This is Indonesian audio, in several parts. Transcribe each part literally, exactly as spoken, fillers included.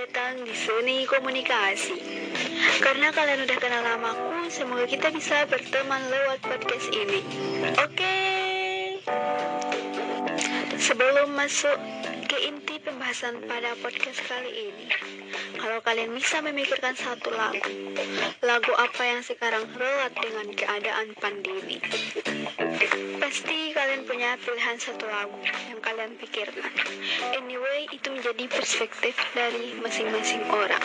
datang di Seni Komunikasi. Karena kalian udah kenal namaku, semoga kita bisa berteman lewat podcast ini. Oke. Sebelum masuk ke inti pembahasan pada podcast kali ini, kalau kalian bisa memikirkan satu lagu, lagu apa yang sekarang relate dengan keadaan pandemi? Pasti kalian punya pilihan satu lagu yang kalian pikirkan. Anyway, itu menjadi perspektif dari masing-masing orang.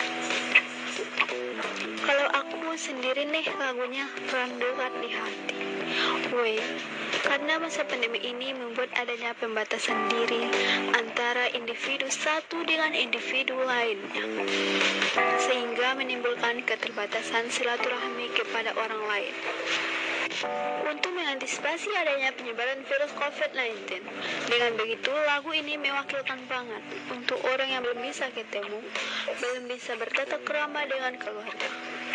Kalau aku sendiri nih, lagunya kurang dekat di hati. Way, karena masa pandemi ini membuat adanya pembatasan diri antara individu satu dengan individu lainnya, sehingga menimbulkan keterbatasan silaturahmi kepada orang lain. Untuk mengantisipasi adanya penyebaran virus covid sembilan belas, dengan begitu lagu ini mewakilkan banget untuk orang yang belum bisa ketemu, belum bisa bertatap krama dengan keluarga.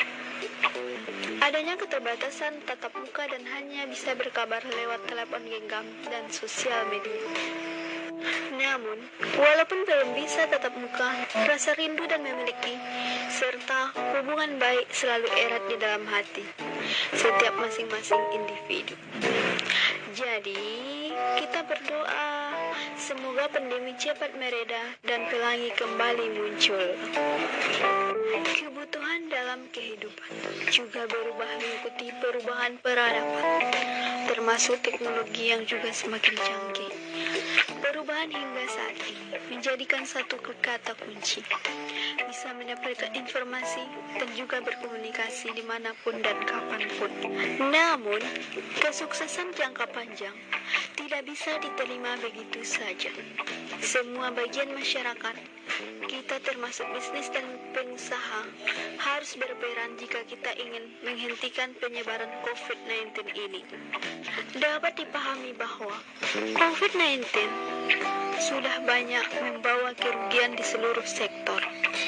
Adanya keterbatasan tatap muka dan hanya bisa berkabar lewat telepon genggam dan sosial media. Namun, walaupun belum bisa tatap muka, rasa rindu dan memiliki serta hubungan baik selalu erat di dalam hati setiap masing-masing individu. Jadi, kita berdoa semoga pandemi cepat mereda dan pelangi kembali muncul. Kebutuhan dalam kehidupan juga berubah mengikuti perubahan peradaban, termasuk teknologi yang juga semakin canggih. Perubahan hingga saat ini menjadikan satu kata kunci, bisa mendapatkan informasi dan juga berkomunikasi dimanapun dan kapanpun. Namun, kesuksesan jangka panjang tidak bisa diterima begitu saja. Semua bagian masyarakat, kita termasuk bisnis dan pengusaha, harus berperan jika kita ingin menghentikan penyebaran covid sembilan belas ini. Dapat dipahami bahwa covid sembilan belas sudah banyak membawa kerugian di seluruh sektor.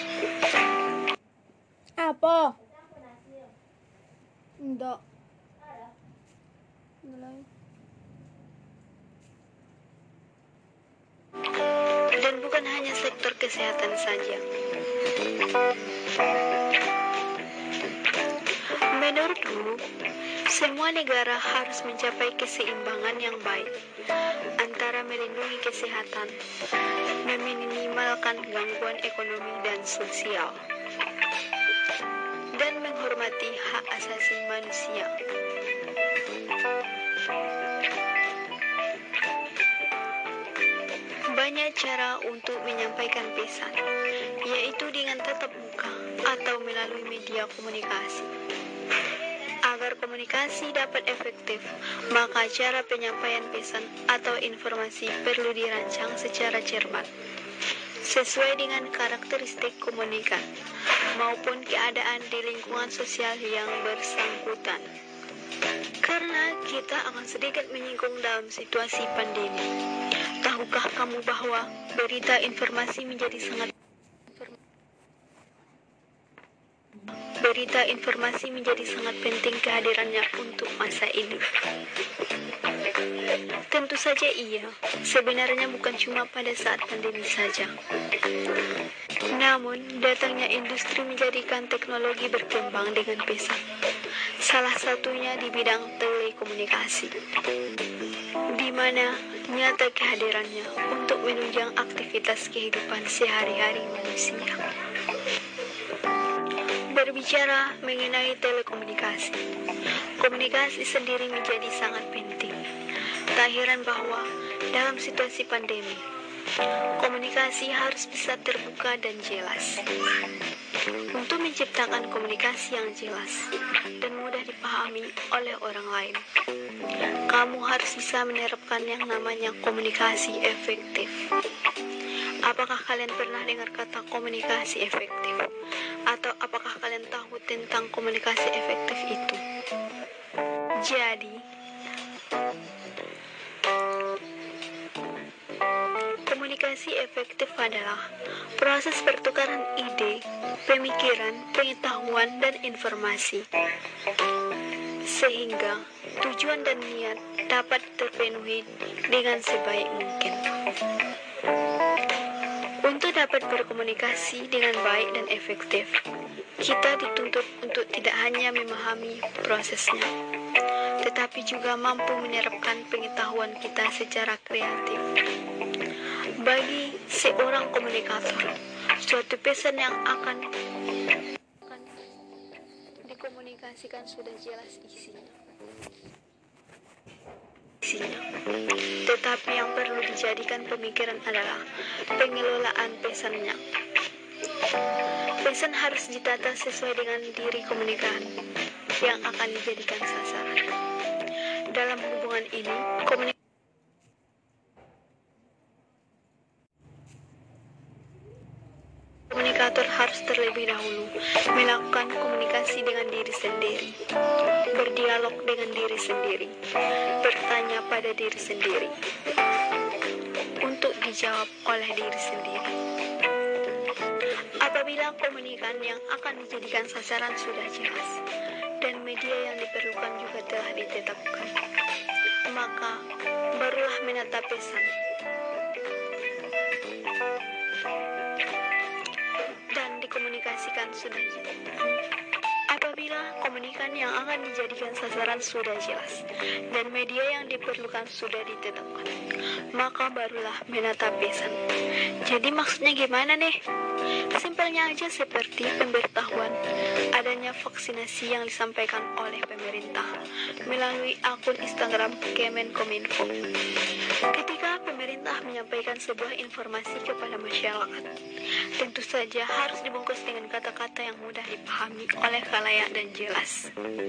Apa? Enggak. Dan bukan hanya sektor kesehatan saja. Menurutku, semua negara harus mencapai keseimbangan yang baik antara melindungi kesehatan, meminimalkan gangguan ekonomi dan sosial, dan menghormati hak asasi manusia. Banyak cara untuk menyampaikan pesan, yaitu dengan tatap muka atau melalui media komunikasi. Agar komunikasi dapat efektif, maka cara penyampaian pesan atau informasi perlu dirancang secara cermat, sesuai dengan karakteristik komunikan maupun keadaan di lingkungan sosial yang bersangkutan. Karena kita akan sedikit menyinggung dalam situasi pandemi. Tahukah kamu bahwa berita informasi menjadi sangat Berita informasi menjadi sangat penting kehadirannya untuk masa ini. Tentu saja iya, sebenarnya bukan cuma pada saat pandemi saja. Namun, datangnya industri menjadikan teknologi berkembang dengan pesat. Salah satunya di bidang telekomunikasi, di mana nyata kehadirannya untuk menunjang aktivitas kehidupan sehari-hari manusia. Berbicara mengenai telekomunikasi, komunikasi sendiri menjadi sangat penting. Tak heran bahwa dalam situasi pandemi, komunikasi harus bisa terbuka dan jelas. Untuk menciptakan komunikasi yang jelas dan mudah dipahami oleh orang lain, kamu harus bisa menerapkan yang namanya komunikasi efektif. Apakah kalian pernah dengar kata komunikasi efektif? Atau apakah kalian tahu tentang komunikasi efektif itu? Jadi, komunikasi efektif adalah proses pertukaran ide, pemikiran, pengetahuan, dan informasi, sehingga tujuan dan niat dapat terpenuhi dengan sebaik mungkin. Untuk dapat berkomunikasi dengan baik dan efektif, kita dituntut untuk tidak hanya memahami prosesnya, tetapi juga mampu menyerapkan pengetahuan kita secara kreatif. Bagi seorang komunikator, suatu pesan yang akan dikomunikasikan sudah jelas isinya. isinya. Tetapi yang perlu dijadikan pemikiran adalah pengelolaan pesannya. Pesan harus ditata sesuai dengan diri komunikan yang akan dijadikan sasaran. Dalam hubungan ini, komunikasi komunikator harus terlebih dahulu melakukan komunikasi dengan diri sendiri, berdialog dengan diri sendiri, bertanya pada diri sendiri, untuk dijawab oleh diri sendiri. Apabila komunikan yang akan dijadikan sasaran sudah jelas, dan media yang diperlukan juga telah ditetapkan, maka barulah menata pesan dan dikomunikasikan sudah jelas. Apabila komunikan yang akan dijadikan sasaran sudah jelas dan media yang diperlukan sudah ditetapkan, maka barulah menata pesan. Jadi maksudnya gimana nih? Simpelnya aja seperti pemberitahuan adanya vaksinasi yang disampaikan oleh pemerintah melalui akun Instagram Kemenkominfo. Ketika pemerintah menyampaikan sebuah informasi kepada masyarakat, tentu saja harus dibungkus dengan kata-kata yang mudah dipahami oleh khalayak dan jelas,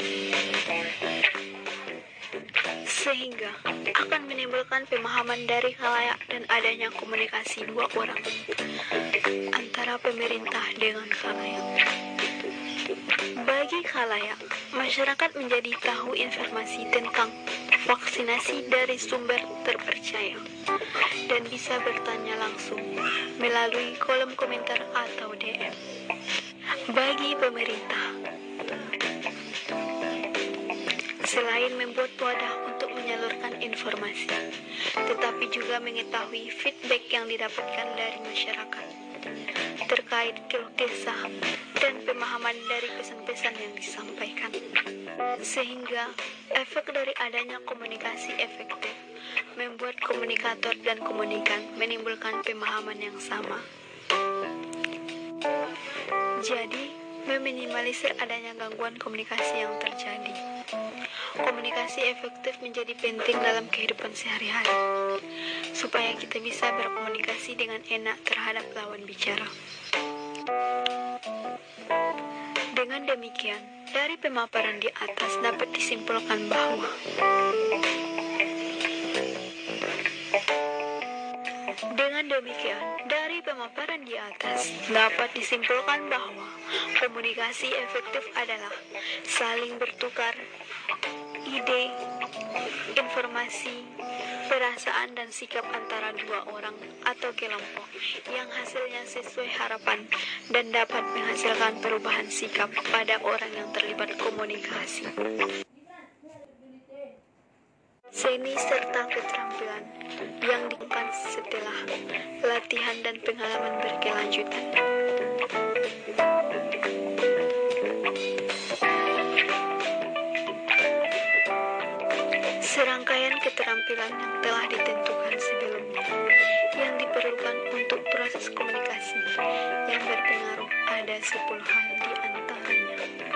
sehingga akan menimbulkan pemahaman dari khalayak dan adanya komunikasi dua orang antara pemerintah dengan khalayak. Bagi khalayak, masyarakat menjadi tahu informasi tentang vaksinasi dari sumber terpercaya dan bisa bertanya langsung melalui kolom komentar atau D M. Bagi pemerintah, selain membuat wadah untuk menyalurkan informasi, tetapi juga mengetahui feedback yang didapatkan dari masyarakat terkait keluh kesah dan pemahaman dari pesan-pesan yang disampaikan, sehingga efek dari adanya komunikasi efektif membuat komunikator dan komunikan menimbulkan pemahaman yang sama. Jadi, meminimalisir adanya gangguan komunikasi yang terjadi. Komunikasi efektif menjadi penting dalam kehidupan sehari-hari, supaya kita bisa berkomunikasi dengan enak terhadap lawan bicara. Dengan demikian, dari pemaparan di atas dapat disimpulkan bahwa Dengan demikian, dari pemaparan di atas dapat disimpulkan bahwa komunikasi efektif adalah saling bertukar ide, informasi, perasaan dan sikap antara dua orang atau kelompok yang hasilnya sesuai harapan dan dapat menghasilkan perubahan sikap pada orang yang terlibat komunikasi. Seni serta keterampilan yang dikembangkan setelah latihan dan pengalaman berkelanjutan. Serangkaian keterampilan yang telah ditentukan sebelumnya yang diperlukan untuk proses komunikasi yang berpengaruh ada sepuluh hal di antaranya.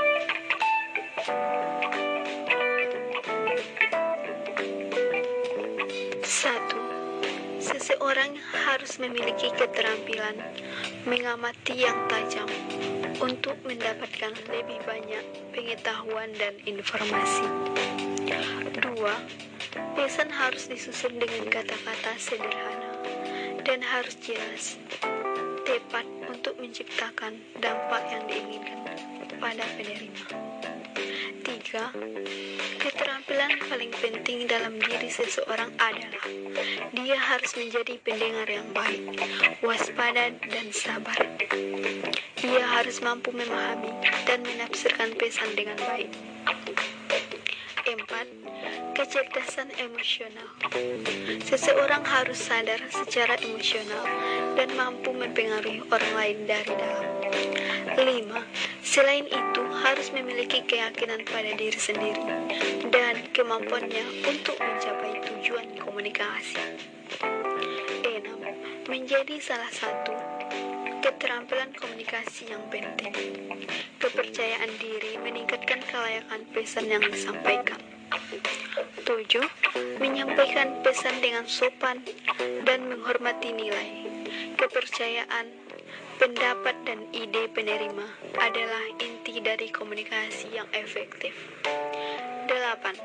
Satu, seseorang harus memiliki keterampilan mengamati yang tajam untuk mendapatkan lebih banyak pengetahuan dan informasi. Dua, pesan harus disusun dengan kata-kata sederhana dan harus jelas, tepat untuk menciptakan dampak yang diinginkan pada penerima. Tiga, keterampilan paling penting dalam diri seseorang adalah dia harus menjadi pendengar yang baik, waspada dan sabar. Dia harus mampu memahami dan menafsirkan pesan dengan baik. Empat, kecerdasan emosional. Seseorang harus sadar secara emosional dan mampu mempengaruhi orang lain dari dalam. Lima, selain itu harus memiliki keyakinan pada diri sendiri dan kemampuannya untuk mencapai tujuan komunikasi. Enam, menjadi salah satu keterampilan komunikasi yang penting. Kepercayaan diri meningkatkan kelayakan pesan yang disampaikan. Tujuh, menyampaikan pesan dengan sopan dan menghormati nilai, kepercayaan, pendapat dan ide penerima adalah inti dari komunikasi yang efektif. Delapan,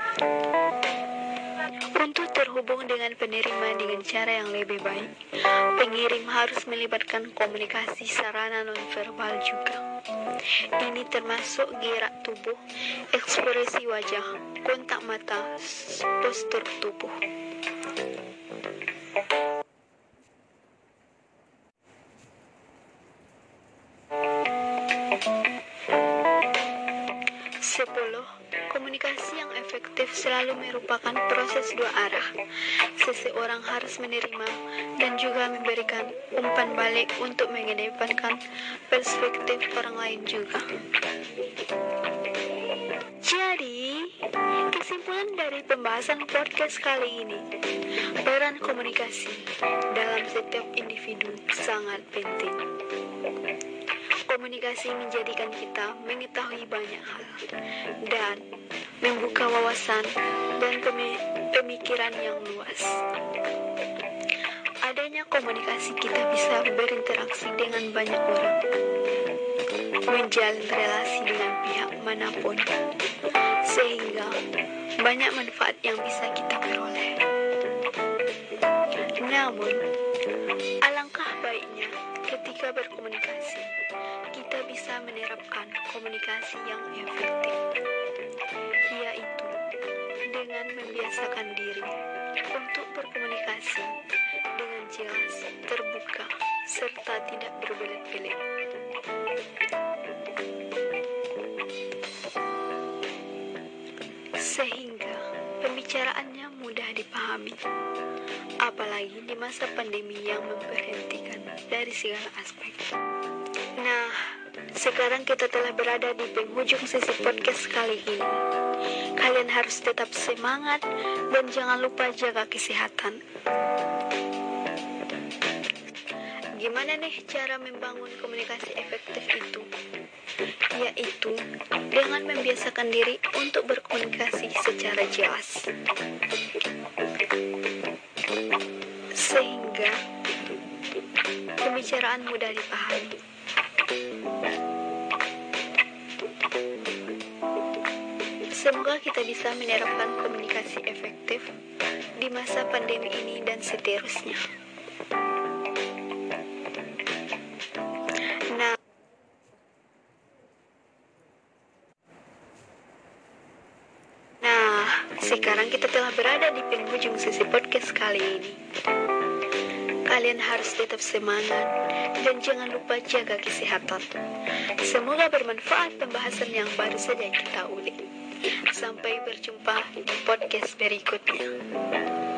untuk terhubung dengan penerima dengan cara yang lebih baik, pengirim harus melibatkan komunikasi sarana nonverbal juga. Ini termasuk gerak tubuh, ekspresi wajah, kontak mata, postur tubuh. Sepuluh, komunikasi yang efektif selalu merupakan proses dua arah. Seseorang harus menerima dan juga memberikan umpan balik untuk mengedepankan perspektif orang lain juga. Jadi, kesimpulan dari pembahasan podcast kali ini, peran komunikasi dalam setiap individu sangat penting. Komunikasi menjadikan kita mengetahui banyak hal dan membuka wawasan dan pemikiran yang luas. Adanya komunikasi kita bisa berinteraksi dengan banyak orang, menjalin relasi dengan pihak manapun, sehingga banyak manfaat yang bisa kita peroleh. Namun, alangkah baiknya ketika berkomunikasi, kita bisa menerapkan komunikasi yang efektif, yaitu dengan membiasakan diri untuk berkomunikasi dengan jelas, terbuka, serta tidak berbelit-belit. Sehingga pembicaraannya mudah dipahami, apalagi di masa pandemi yang memberhentikan dari segala aspek. Nah, sekarang kita telah berada di penghujung sesi podcast kali ini. Kalian harus tetap semangat dan jangan lupa jaga kesehatan. Gimana nih cara membangun komunikasi efektif itu? Yaitu dengan membiasakan diri untuk berkomunikasi secara jelas, sehingga pembicaraan mudah dipahami. Semoga kita bisa menerapkan komunikasi efektif di masa pandemi ini dan seterusnya. Nah, nah, sekarang kita telah berada di penghujung sesi podcast kali ini. Kalian harus tetap semangat dan jangan lupa jaga kesehatan. Semoga bermanfaat pembahasan yang baru saja kita ulik. Sampai berjumpa di podcast berikutnya.